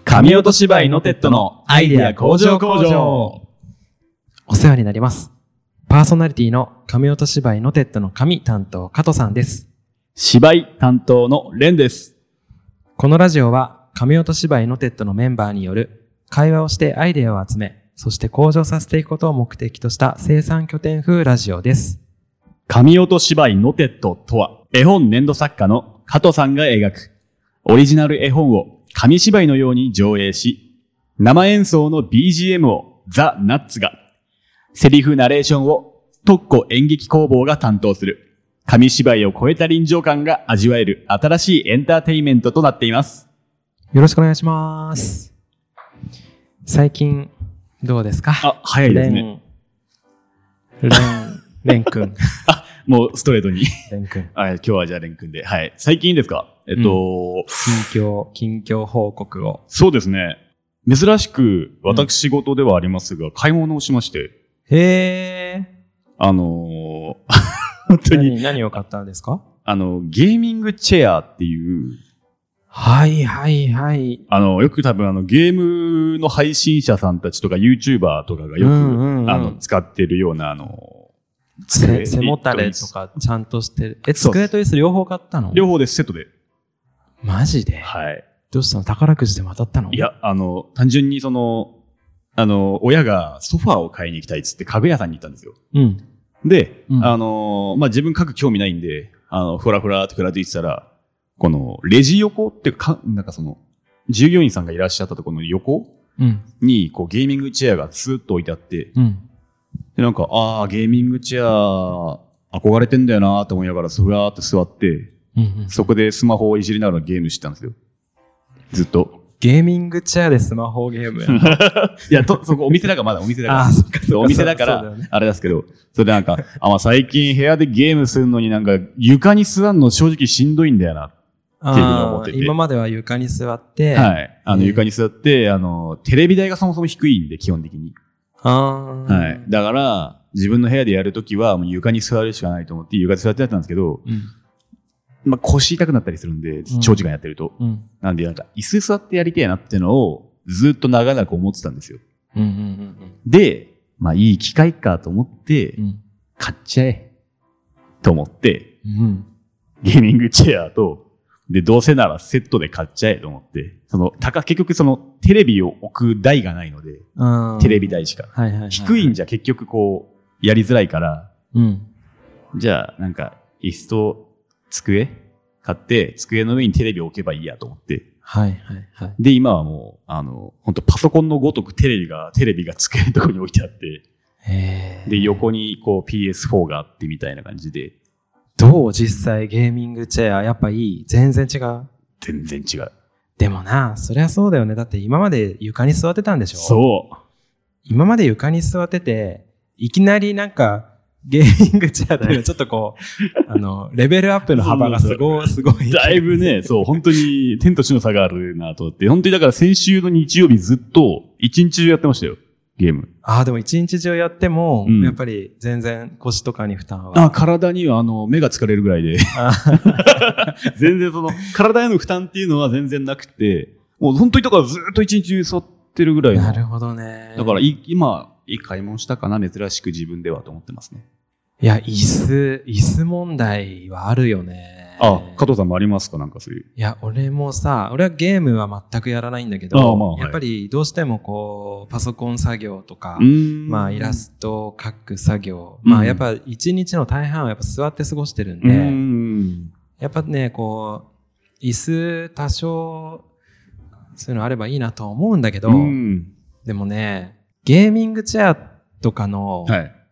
神音芝居のテッドのアイデア工場工場。 お世話になります。パーソナリティの神音芝居のテッドの神担当加藤さんです。 芝居担当のレンです。 このラジオは神音芝居のテッドのメンバーによる会話をしてアイデアを集め、そして向上させていくことを目的とした生産拠点風ラジオです。 神音芝居のテッドとは、絵本粘土作家の加藤さんが描くオリジナル絵本を紙芝居のように上映し、生演奏の BGM をザ・ナッツが、セリフナレーションを特攻演劇工房が担当する、紙芝居を超えた臨場感が味わえる新しいエンターテインメントとなっています。 よろしくお願いします。最近どうですか？ 早いですね。 レン君。 もうストレートに。 レン君。 今日はじゃあレン君で。はい。最近ですか？近況報告を。 そうですね。珍しく私事ではありますが、買い物をしまして。 へー。 本当に。 何を買ったんですか？ ゲーミングチェアっていう。 はいはいはい。 よく多分ゲームの配信者さんたちとか YouTuber とかがよく、使ってるような背もたれとかちゃんとしてる。机と椅子両方買ったの？ 両方です、セットで。 マジで？ はい。 どうしたの？宝くじでも当たったの？ いや、単純に親がソファーを買いに行きたいっつって家具屋さんに行ったんですよ。 うん。 で、自分家具興味ないんで、ふらふらってくらついてたら、このレジ横って従業員さんがいらっしゃったところの横、に、ゲーミングチェアがスーッと置いてあって、で、ゲーミングチェア、憧れてんだよなと思いながら、ふらーって座って、そこでスマホをいじりながらゲームしてたんですよ。ずっと。 ゲーミングチェアでスマホゲームやいや、そこお店だからまだお店だから。お店だから、あれですけど、それで最近部屋でゲームするのに床に座るの正直しんどいんだよな、っていうふうに思ってて。 今までは床に座って。 はい。床に座って、テレビ台がそもそも低いんで、基本的に。はい。だから、自分の部屋でやるときは、もう床に座るしかないと思って、床で座ってやったんですけど、腰痛くなったりするんで、長時間やってると。なんで、椅子座ってやりたいなってのを、ずっと長々思ってたんですよ。で、いい機会かと思って、買っちゃえ。と思って、ゲーミングチェアと、で、どうせならセットで買っちゃえと思って、結局テレビを置く台がないので、テレビ台しか。低いんじゃ結局やりづらいから、じゃあ、椅子と机買って、机の上にテレビを置けばいいやと思って。で、今はもう、本当パソコンのごとくテレビが机のところに置いてあって、で、横にPS4 があってみたいな感じで、 どう？実際ゲーミングチェアやっぱいい？全然違う？ 全然違う。 でもな、そりゃそうだよね。だって今まで床に座ってたんでしょ？ そう。 今まで床に座ってて、いきなりゲーミングチェアだよ。ちょっとレベルアップの幅がすごい。 だいぶね、そう、本当に天と地の差があるなと思って、本当にだから先週の日曜日ずっと一日中やってましたよ。ゲーム。 でも一日中やっても、やっぱり全然腰とかに負担は。 体には目が疲れるぐらいで。全然体への負担っていうのは全然なくて、もう本当にだからずっと一日中座ってるぐらいの。 なるほどね。 だから今、いい買い物したかな、珍しく自分ではと思ってますね。 いや、椅子問題はあるよね。 加藤さんもありますか？そういう。 いや、俺はゲームは全くやらないんだけど、やっぱりどうしてもパソコン作業とか、イラストを描く作業、やっぱ一日の大半はやっぱ座って過ごしてるんで、やっぱね、椅子多少、そういうのあればいいなと思うんだけど、でもね、ゲーミングチェアとかの、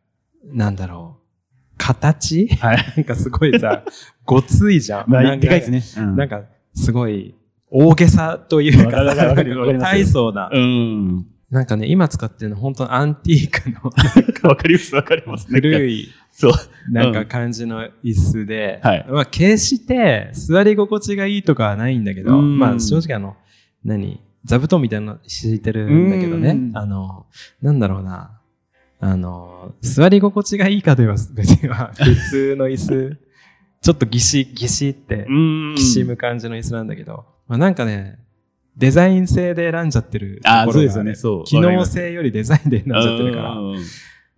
形、すごいさ、ごついじゃん。 でかいですね。 すごい、大げさというか、大層な。今使ってるの本当アンティークの。 わかります。 古い、感じの椅子で、決して座り心地がいいとかはないんだけど、正直座布団みたいなの敷いてるんだけどね、座り心地がいいかと言います。別には普通の椅子、ちょっとギシって、きしむ感じの椅子なんだけど、 デザイン性で選んじゃってるところが、ね、 そうですよね。そう。 機能性よりデザインで選んじゃってるから。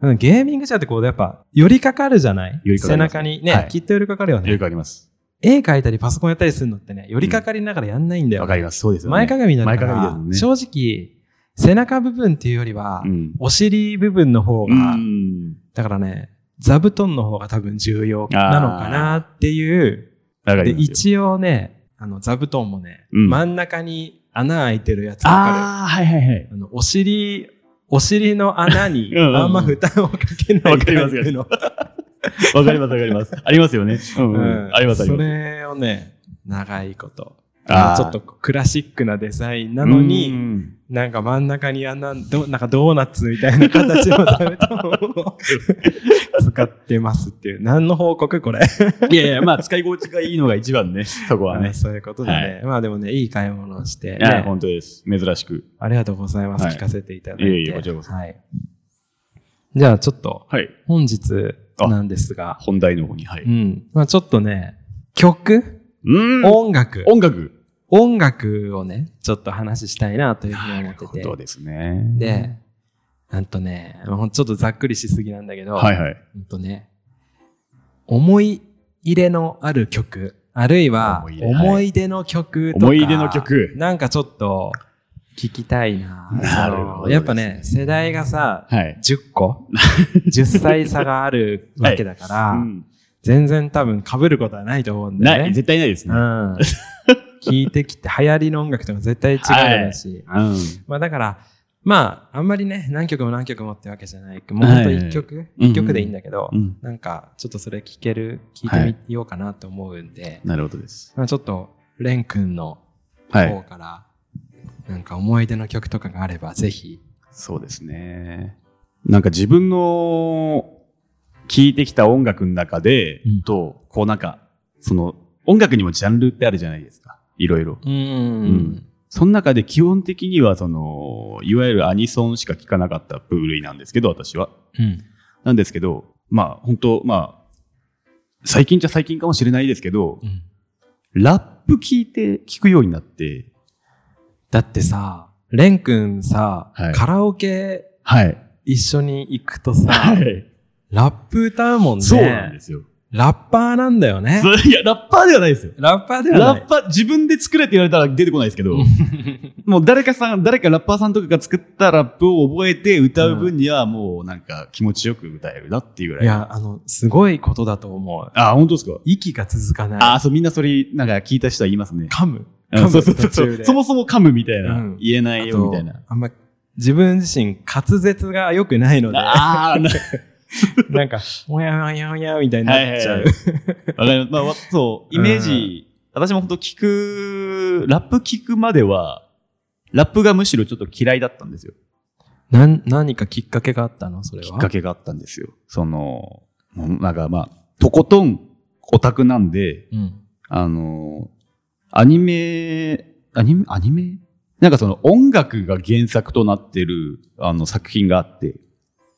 ゲーミングチェアってこうやっぱ寄りかかるじゃない？背中にね、はい、きっと寄りかかるよね。 寄りかかります。 絵描いたりパソコンやったりするのってね、寄りかかりながらやんないんだよ。 わかります。そうですよね。 前かがみになるから、前かがみですね、正直、背中部分っていうよりは、お尻部分の方が、だからね、座布団の方が多分重要なのかなっていう。で、一応ね、座布団もね、真ん中に穴開いてるやつがある。 はいはいはい。 お尻の穴にあんま負担をかけないタイプの。 わかりますわかります。ありますよね。ありますあります。 それをね、長いこと。ちょっとクラシックなデザインなのに、なんか真ん中になんかドーナツみたいな形の座布団を使ってますっていう。何の報告これ。 いやいや、まあ使い心地がいいのが一番ね、そこはね。 そういうことでね。はい、まあでもね、いい買い物をして、ね。 いや、本当です。珍しく。 ありがとうございます。はい、聞かせていただいて。 いやこちらこそ。 はい。じゃあちょっと、本日なんですが。 本題の方に、はい。 まあちょっとね、音楽をね、ちょっと話したいなというふうに思ってて。 そうですね。 で、ちょっとざっくりしすぎなんだけど、 はいはい。 思い入れのある曲、あるいは思い出の曲とか、 思い出の曲。 なんかちょっと聞きたいな。なるほど。やっぱね、世代がさ、10個 ?10 歳差があるわけだから、全然多分被ることはないと思うんだよね。 絶対ないですね。 聞いてきて流行りの音楽とか絶対違うだし。まあだから、まああんまりね、何曲も何曲もってわけじゃない。もうほんと一曲でいいんだけど、なんかちょっとそれ聞いてみようかなと思うんで。 なるほどです。 まあちょっと、レン君の方から、なんか思い出の曲とかがあればぜひ。 そうですね。なんか自分の聴いてきた音楽の中で、こうなんか、その音楽にもジャンルってあるじゃないですか。いろいろ。その中で基本的にはいわゆるアニソンしか聴かなかった部類なんですけど、私は。なんですけど、まあ本当最近かもしれないですけど、ラップ聞くようになって。 だってさ、レン君さ、カラオケ一緒に行くとさ、ラップ歌うもんね。 そうなんですよ。 ラッパーなんだよね。 いや、ラッパーではないですよ。 ラッパーではない。 自分で作れって言われたら出てこないですけど、もう誰かラッパーさんとかが作ったラップを覚えて歌う分にはもうなんか気持ちよく歌えるなっていうぐらい。 いや、すごいことだと思う。 本当ですか？ 息が続かない。 そう、みんなそれ、なんか聞いた人は言いますね。 噛む。 そう。そもそも噛むみたいな。言えないよみたいな。 あんま、自分自身滑舌が良くないので。なんか、もやもやもやみたいになっちゃう。 わかります。そう、イメージ、私も本当ラップ聞くまでは、ラップがむしろちょっと嫌いだったんですよ。 何かきっかけがあったのそれは。 きっかけがあったんですよ。なんかとことんオタクなんで、アニメなんか音楽が原作となってる、作品があって。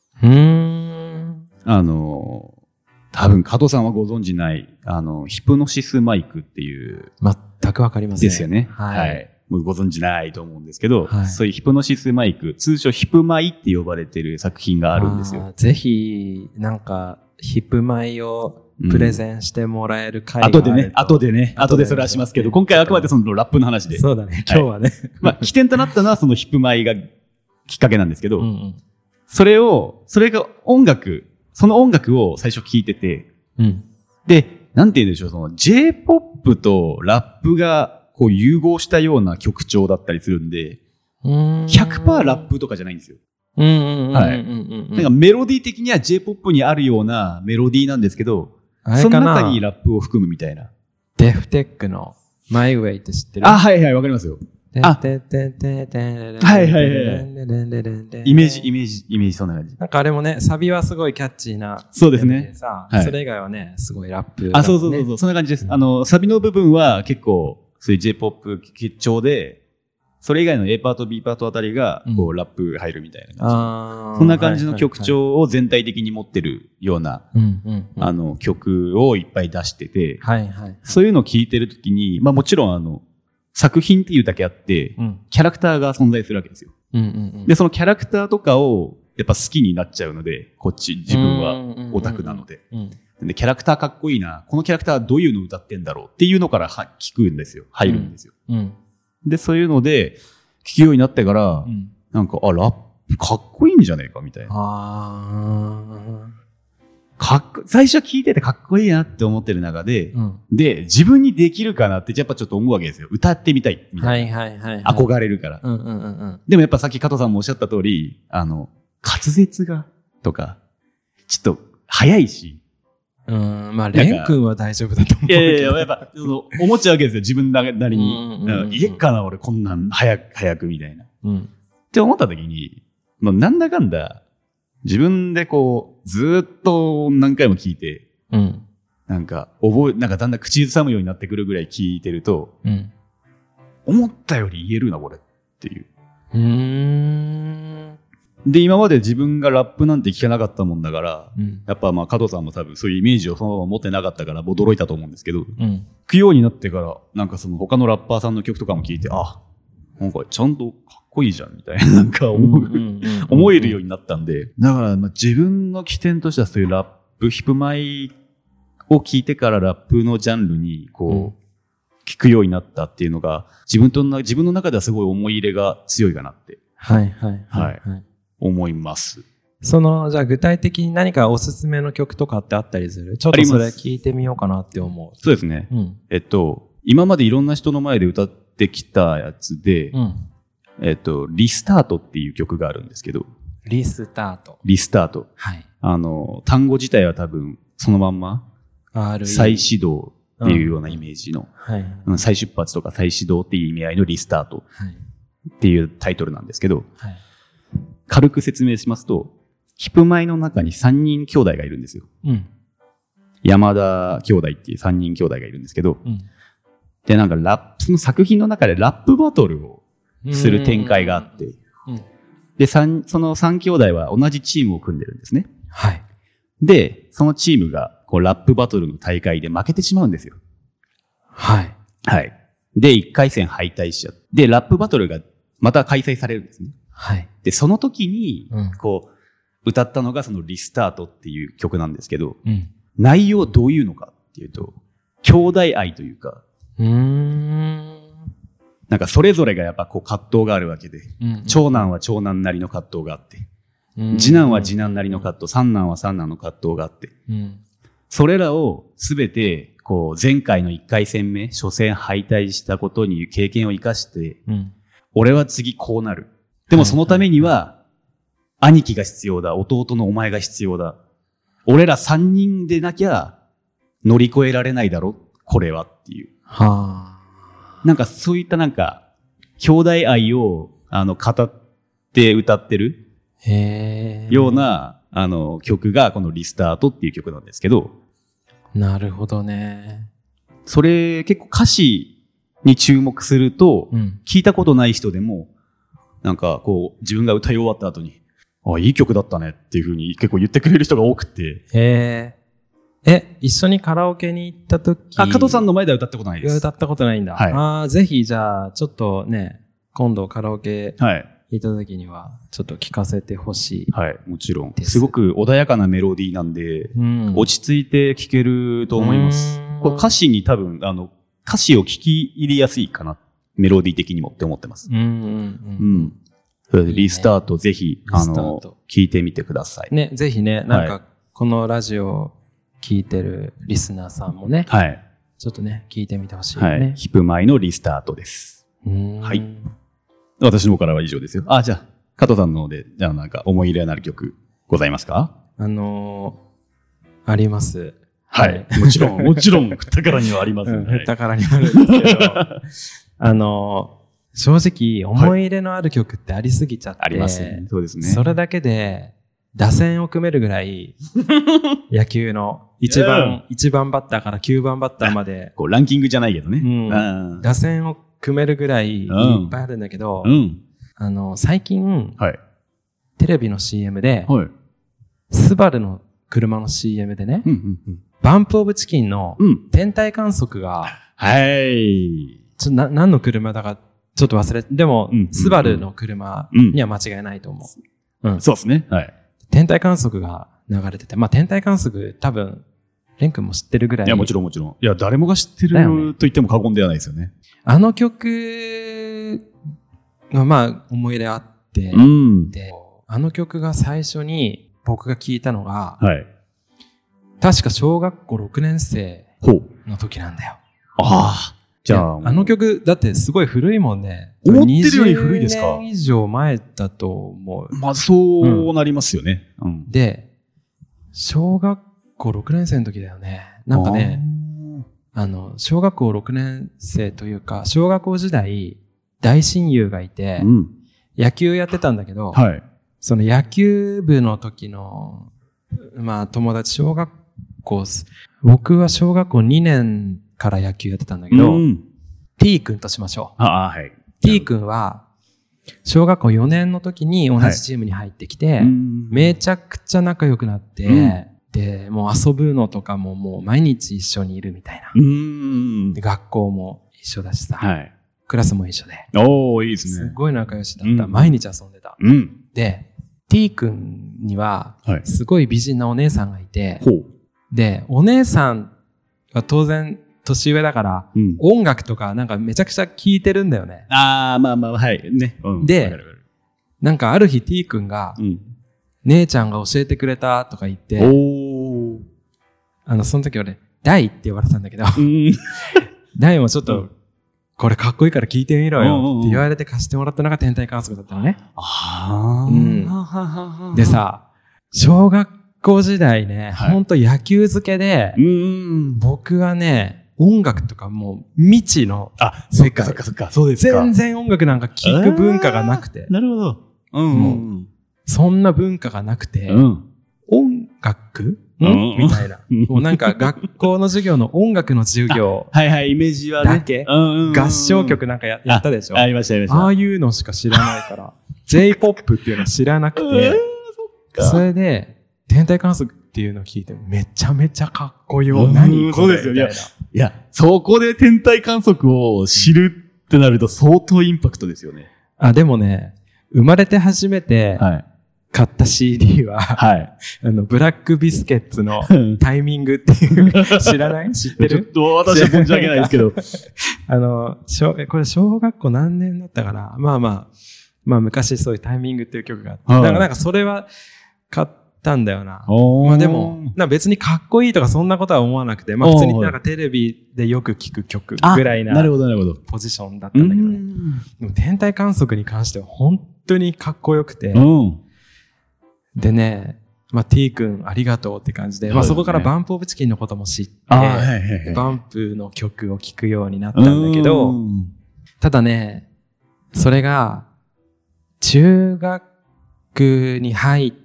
多分加藤さんはご存知ない、ヒプノシスマイクっていう。 全くわかりません。 ですよね。はい。もうご存知ないと思うんですけど、そういうヒプノシスマイク、通称ヒプマイって呼ばれてる作品があるんですよ。 ぜひ、なんか、ヒプマイをプレゼンしてもらえる回があると、 後でそれはしますけど、今回はあくまでそのラップの話で。 そうだね、今日はね。 起点となったのはそのヒプマイがきっかけなんですけど、それがその音楽を最初聞いてて、で、なんて言うんでしょう、J-POP とラップがこう融合したような曲調だったりするんで、100% ラップとかじゃないんですよ。なんかメロディー的には J-POP にあるようなメロディーなんですけど、その中にラップを含むみたいな。 デフテックのマイウェイって知ってる？ はいはい、わかりますよ。イメージそんな感じ。 なんかあれもね、サビはすごいキャッチーな。 そうですね。 それ以外はね、すごいラップ。 そう、そんな感じです。サビの部分は結構、そういう J-POP 基調で、それ以外の A パート、B パートあたりが、こう、ラップ入るみたいな感じ。そんな感じの曲調を全体的に持ってるような、曲をいっぱい出してて、そういうのを聴いてるときに、もちろん作品っていうだけあって、キャラクターが存在するわけですよ。で、そのキャラクターとかをやっぱ好きになっちゃうので、こっち自分はオタクなので。で、キャラクターかっこいいな。このキャラクターはどういうのを歌ってんだろうっていうのから聞くんですよ。入るんですよ。で、そういうので、聞くようになってから、なんか、ラップかっこいいんじゃねえかみたいな。最初聞いててかっこいいなって思ってる中で、で、自分にできるかなってやっぱちょっと思うわけですよ。歌ってみたいみたいな。憧れるから。でもやっぱさっき加藤さんもおっしゃった通り、滑舌が、とか、ちょっと早いし。 まあ、レン君は大丈夫だと思うけど。 いや、やっぱ、思っちゃうわけですよ。自分なりに。いえっかな、俺こんなん早くみたいな。って思った時に、なんだかんだ、自分でこう、ずーっと何回も聞いて、なんかだんだん口ずさむようになってくるぐらい聞いてると、思ったより言えるな、これっていう。で、今まで自分がラップなんて聞かなかったもんだから、やっぱ加藤さんも多分そういうイメージをそのまま持ってなかったから驚いたと思うんですけど、聞くようになってから、なんかその他のラッパーさんの曲とかも聞いて、なんかちゃんとかっこいいじゃんみたいな、なんか思えるようになったんで、だから自分の起点としてはそういうラップ、ヒップマイを聞いてからラップのジャンルにこう、聞くようになったっていうのが、自分の中ではすごい思い入れが強いかなって。思います。 じゃあ具体的に何かおすすめの曲とかってあったりする？ちょっとそれ聞いてみようかなって思う。 そうですね。今までいろんな人の前で歌ってきたやつで、リスタートっていう曲があるんですけど。 リスタート。 はい。単語自体は多分そのまんま、再始動っていうようなイメージの、再出発とか再始動っていう意味合いのリスタートっていうタイトルなんですけど、軽く説明しますと、ヒップマイの中に3人兄弟がいるんですよ。山田兄弟っていう3人兄弟がいるんですけど、で、なんかその作品の中でラップバトルをする展開があって、で、その3兄弟は同じチームを組んでるんですね。で、そのチームがこうラップバトルの大会で負けてしまうんですよ。で、1回戦敗退しちゃって、で、ラップバトルがまた開催されるんですね。で、その時に、こう、歌ったのがそのリスタートっていう曲なんですけど、内容どういうのかっていうと、兄弟愛というか、なんかそれぞれがやっぱこう葛藤があるわけで、長男は長男なりの葛藤があって、次男は次男なりの葛藤、三男は三男の葛藤があって、それらをすべて、こう、前回の1回戦目、初戦敗退したことに経験を生かして、俺は次こうなる。でもそのためには、兄貴が必要だ。弟のお前が必要だ。俺ら3人でなきゃ乗り越えられないだろ。これはっていう。なんかそういったなんか、兄弟愛を、語って歌ってるような、曲がこのリスタートっていう曲なんですけど。 なるほどね。 それ結構歌詞に注目すると、聞いたことない人でも、なんかこう自分が歌い終わった後に、いい曲だったねっていう風に結構言ってくれる人が多くて。 一緒にカラオケに行った時。 加藤さんの前では歌ったことないです。 歌ったことないんだ。ぜひじゃあちょっとね、今度カラオケ行った時にはちょっと聞かせてほしい。 もちろん。すごく穏やかなメロディーなんで、落ち着いて聴けると思います。これ歌詞に多分歌詞を聞き入りやすいかな。メロディー的にもって思ってます。それでリスタートぜひ、聞いてみてください。 ね、ぜひね、なんか、このラジオ聞いてるリスナーさんもね、ちょっとね、聞いてみてほしいね。 ヒップマイのリスタートです。私の方からは以上ですよ。じゃあ、加藤さんの方で、じゃあなんか思い入れのある曲ございますか？ あります。 もちろん、宝にはあります。 宝にはあるんですけど、正直、思い入れのある曲ってありすぎちゃって。 ありますね。そうですね。 それだけで、打線を組めるぐらい、野球の1番バッターから9番バッターまで。 こう、ランキングじゃないけどね。 打線を組めるぐらいいっぱいあるんだけど、最近、テレビの CM で、スバルの車の CM でね、バンプオブチキンの天体観測が、 何の車だかちょっと忘れ、でも、スバルの車には間違いないと思う。 そうですね。はい。 天体観測が流れてて、まあ天体観測多分、レン君も知ってるぐらい。 いや、もちろん。いや、誰もが知ってると言っても過言ではないですよね。 あの曲が、まあ、思い入れあって、で、あの曲が最初に僕が聞いたのが、はい、確か小学校6年生の時なんだよ。 ああ。じゃあ、 あの曲、だってすごい古いもんね。 思ってるより古いですか？ 20 年以上前だと思う。 まあ、そうなりますよね。 で、小学校6年生の時だよね。なんかね、小学校6年生というか、小学校時代、大親友がいて、野球やってたんだけど、はい、その野球部の時の、まあ友達、僕は小学校2年から野球やってたんだけど、T 君としましょう。はい、T 君は、小学校4年の時に同じチームに入ってきて、めちゃくちゃ仲良くなって、で、もう遊ぶのとかももう毎日一緒にいるみたいな。で、学校も一緒だしさ、はい、クラスも一緒で。 おー、いいですね。 すごい仲良しだった。毎日遊んでた。で、T 君には、すごい美人なお姉さんがいて、で、お姉さんは当然年上だから、音楽とかなんかめちゃくちゃ聴いてるんだよね。 ああ、まあ、はい。ね。 で、なんかある日 T 君が、姉ちゃんが教えてくれたとか言って、その時俺、大って呼ばれてたんだけど、大もちょっと、これかっこいいから聞いてみろよって言われて貸してもらったのが天体観測だったのね。でさ、小学校時代ね、ほんと野球漬けで、僕はね、音楽とかもう未知の世界。 そうですか。 全然音楽なんか聴く文化がなくて。 なるほど。 そんな文化がなくて、音楽みたいな。もうなんか学校の授業の音楽の授業。 はいはい、イメージはね。 だけ合唱曲なんかやったでしょ？ ありました。 ああいうのしか知らないから、J-POP っていうの知らなくて、それで、天体観測っていうのを聞いて、めちゃめちゃかっこよ。何これみたいな。 いや、そこで天体観測を知るってなると相当インパクトですよね。 でもね、生まれて初めて、買った CD は、ブラックビスケッツのタイミングっていう、知らない？知ってる？ ちょっと私は存じ上げないですけど。 これ小学校何年だったかな？まあ昔そういうタイミングっていう曲があって、なんかそれは買ったんだよな。まあでも、別にかっこいいとかそんなことは思わなくて、まあ普通になんかテレビでよく聞く曲ぐらいなポジションだったんだけどね。でも天体観測に関しては本当にかっこよくて、でね、まあ T 君ありがとうって感じで、まあそこからバンプオブチキンのことも知って、バンプの曲を聴くようになったんだけど、ただね、それが中学に入って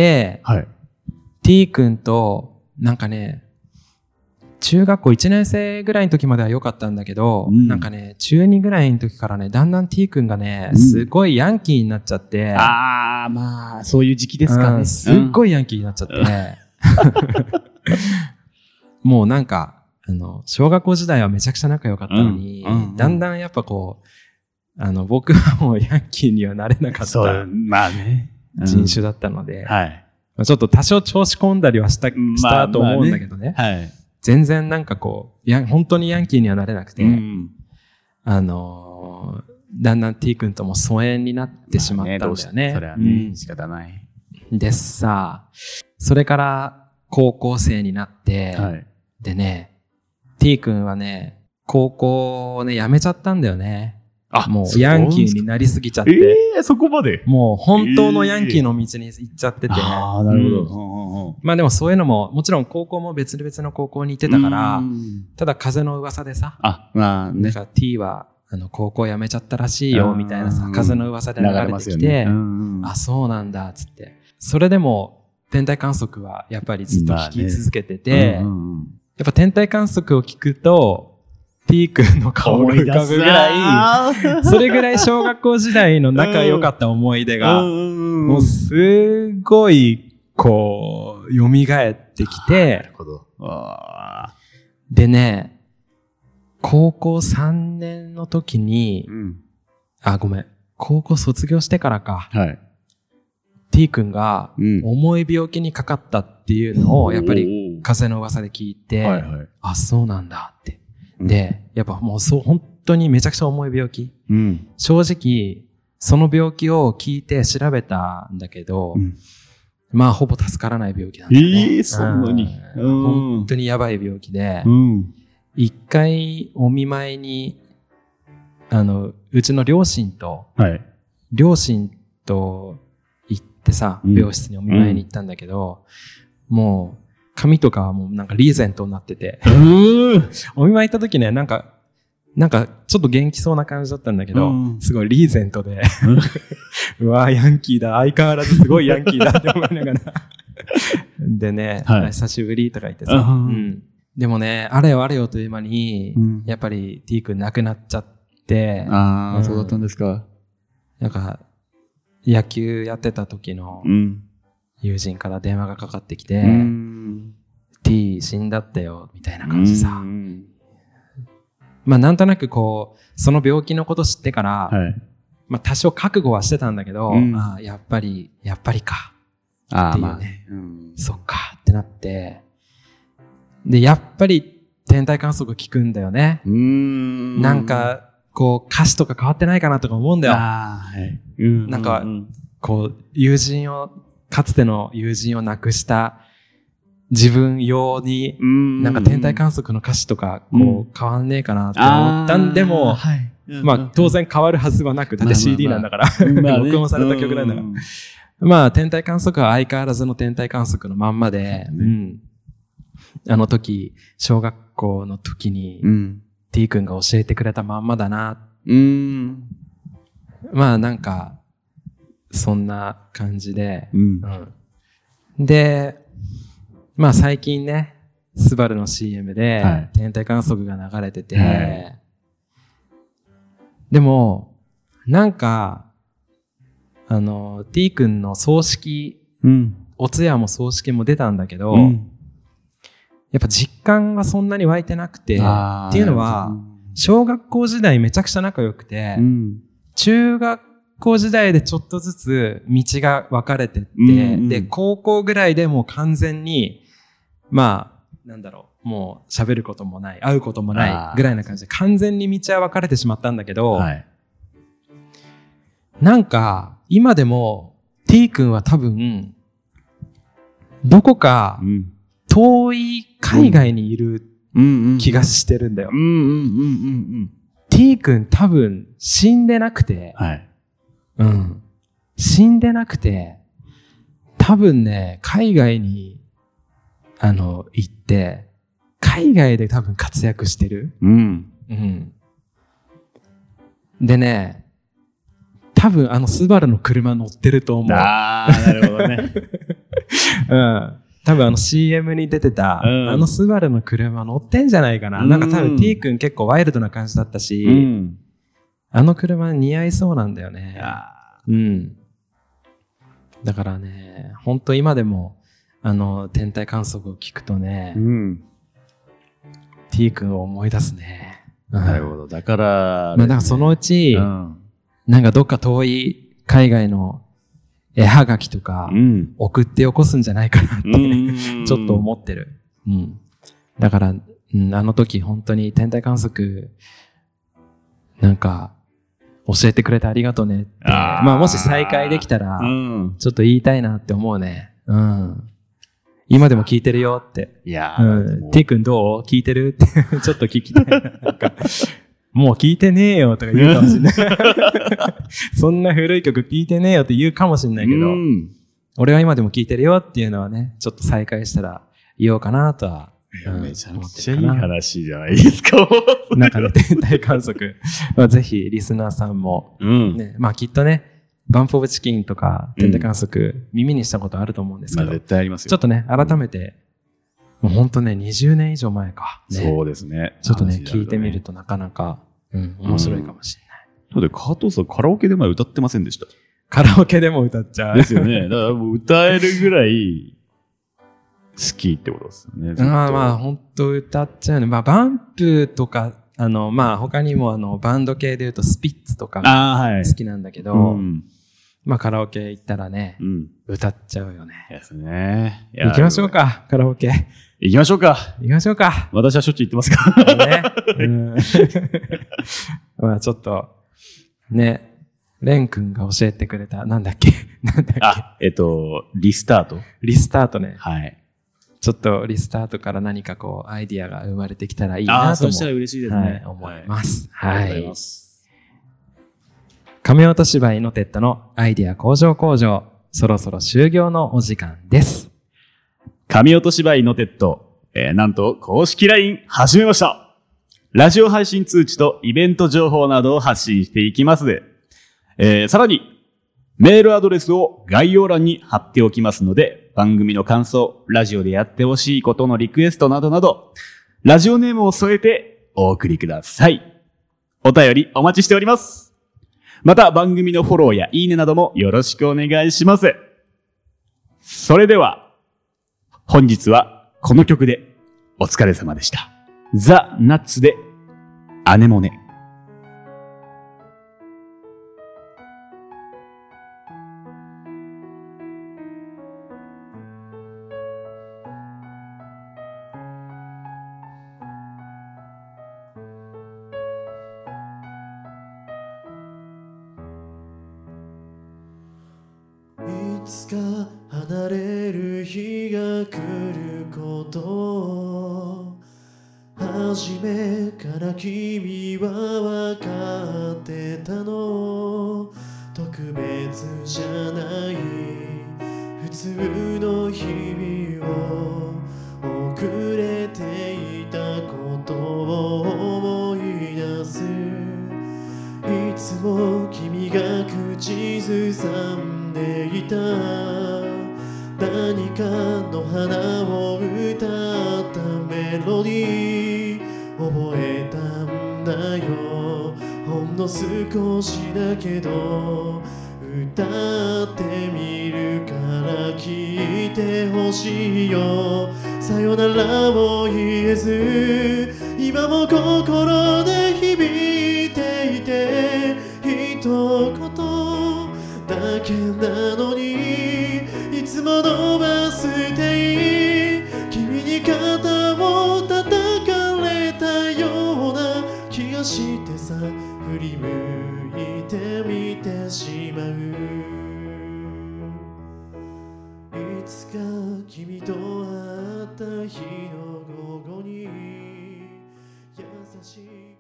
、T 君となんかね、中学校1年生ぐらいの時までは良かったんだけど、なんかね、中2ぐらいの時からね、だんだん T 君がね、すごいヤンキーになっちゃって。 まあ、そういう時期ですかね。 すっごいヤンキーになっちゃって。もうなんか、小学校時代はめちゃくちゃ仲良かったのに、だんだんやっぱこう、僕はもうヤンキーにはなれなかった。 まあね。 人種だったので、ちょっと多少調子込んだりはしたと思うんだけどね。全然なんかこう、本当にヤンキーにはなれなくて、だんだん T 君とも疎遠になってしまったんだよね。 それはね、仕方ない。 でさ、それから高校生になって、でね、T 君はね、高校をね、辞めちゃったんだよね。もうヤンキーになりすぎちゃって。 そこまでもう本当のヤンキーの道に行っちゃってて。 なるほど。 まあでもそういうのも、もちろん高校も別々の高校に行ってたから、ただ風の噂でさ、 まあね。 なんか T は高校辞めちゃったらしいよみたいなさ、風の噂で流れてきて、そうなんだっつって。それでも天体観測はやっぱりずっと聞き続けてて、やっぱ天体観測を聞くと、T 君の顔が浮かぶぐらい、それぐらい小学校時代の仲良かった思い出が、もうすごい、こう、蘇ってきて、でね、 高校3年の時に、ごめん。高校卒業してからか。はい。T 君が重い病気にかかったっていうのを、やっぱり風の噂で聞いて、はいはい、あ、そうなんだって。で、やっぱもう本当にめちゃくちゃ重い病気。正直、その病気を聞いて調べたんだけど、まあほぼ助からない病気なんだね。 そんなに。 本当にやばい病気で、一回お見舞いに、うちの両親と行ってさ、病室にお見舞いに行ったんだけど、もう髪とかはもうなんかリーゼントになってて、お見舞い行った時ね、なんかちょっと元気そうな感じだったんだけど、すごいリーゼントで、うわヤンキーだ、相変わらずすごいヤンキーだって思いながら。でね、久しぶりとか言ってさ、でもね、あれよあれよという間に、やっぱり T 君亡くなっちゃって、 そうだったんですか。 なんか、野球やってた時の友人から電話がかかってきて、T 死んだってよ、みたいな感じさ。まあなんとなくこう、その病気のこと知ってから、まあ多少覚悟はしてたんだけど、やっぱりか。っていうね。そっかってなって、で、やっぱり天体観測聞くんだよね。なんか、こう、歌詞とか変わってないかなとか思うんだよ。なんか、こう、かつての友人を亡くした自分用に、なんか天体観測の歌詞とか、こう、変わんねえかなって思ったんでも、まあ、当然変わるはずはなく、だって CD なんだから、録音された曲なんだから。まあ、天体観測は相変わらずの天体観測のまんまで、あの時、小学校の時に、T 君が教えてくれたまんまだな。まあなんか、そんな感じで、で、まあ最近ね、スバルの CM で天体観測が流れてて、でも、なんか、T 君の葬式、お通夜も葬式も出たんだけど、やっぱ実感がそんなに湧いてなくて、っていうのは、小学校時代めちゃくちゃ仲良くて、中学校時代でちょっとずつ道が分かれてって、で、高校ぐらいでもう完全に、まあ、なんだろう、もう喋ることもない、会うこともないぐらいな感じで、完全に道は分かれてしまったんだけど、なんか、今でも T 君は多分、どこか遠い海外にいる気がしてるんだよ。T 君多分死んでなくて、死んでなくて、多分ね、海外に、行って、海外で多分活躍してる。でね、多分スバルの車乗ってると思う。 なるほどね。 多分CM に出てた、スバルの車乗ってんじゃないかな。なんか多分 T 君結構ワイルドな感じだったし、車似合いそうなんだよね。だからね、本当今でも、天体観測を聞くとね、T 君を思い出すね。 なるほど。だから、 だからそのうち、なんかどっか遠い海外の絵はがきとか送ってよこすんじゃないかなってちょっと思ってる。だから、あの時本当に天体観測なんか教えてくれてありがとうねって。まあもし再会できたらちょっと言いたいなって思うね。今でも聞いてるよって。T 君どう聞いてるってちょっと聞きたい。なんかもう聞いてねえよとか言うかもしれない。そんな古い曲聞いてねえよって言うかもしれないけど、俺は今でも聞いてるよっていうのはね、ちょっと再会したら言おうかなとは。 めちゃくちゃいい話じゃないですか。 なんかね、天体観測。ぜひリスナーさんも、まあきっとね、バンプオブチキンとか天体観測、耳にしたことあると思うんですけど、 絶対ありますよ。 ちょっとね、改めて、もうほんとね、20年以上前か。 そうですね。 ちょっとね、聞いてみるとなかなか、面白いかもしれない。 だって加藤さんカラオケでも歌ってませんでした？ カラオケでも歌っちゃう。 ですよね。だからもう歌えるぐらい好きってことですよね。 まあほんと歌っちゃうね。まあバンプとか、 まあ他にもバンド系で言うとスピッツとか好きなんだけど、はい、まあカラオケ行ったらね、歌っちゃうよね。 ですね。 行きましょうか、カラオケ。 行きましょうか。 行きましょうか。 私はしょっちゅう行ってますから。 ね。まあちょっと、ね、レン君が教えてくれた、なんだっけリスタート。 リスタートね。 はい。 ちょっとリスタートから何かこう、アイディアが生まれてきたらいいなとも。 そうしたら嬉しいですね。 はい、思います。 はい。ありがとうございます。 亀音芝居のテッドのアイディア工場、そろそろ終業のお時間です。 神音芝居のテッド、なんと公式 LINE 始めました。ラジオ配信通知とイベント情報などを発信していきますで、さらにメールアドレスを概要欄に貼っておきますので、番組の感想、ラジオでやってほしいことのリクエストなどなど、ラジオネームを添えてお送りください。お便りお待ちしております。また番組のフォローやいいねなどもよろしくお願いします。それでは、本日はこの曲でお疲れ様でした。ザ・ナッツでアネモネ。 いつか離れる日が来ることを初めから君は分かってたの。特別じゃない普通の日々を遅れていたことを思い出す。いつも君が口ずさんでいた何かの花を歌ったメロディー覚えたんだよ。ほんの少しだけど歌ってみるから聞いてほしいよ。さよならを言えず今も心で響いていて一言だけなのにいつも伸ばしていい君に肩を叩かれたような気がしてさ振り向いてみてしまう。いつか君と会った日の午後に優しい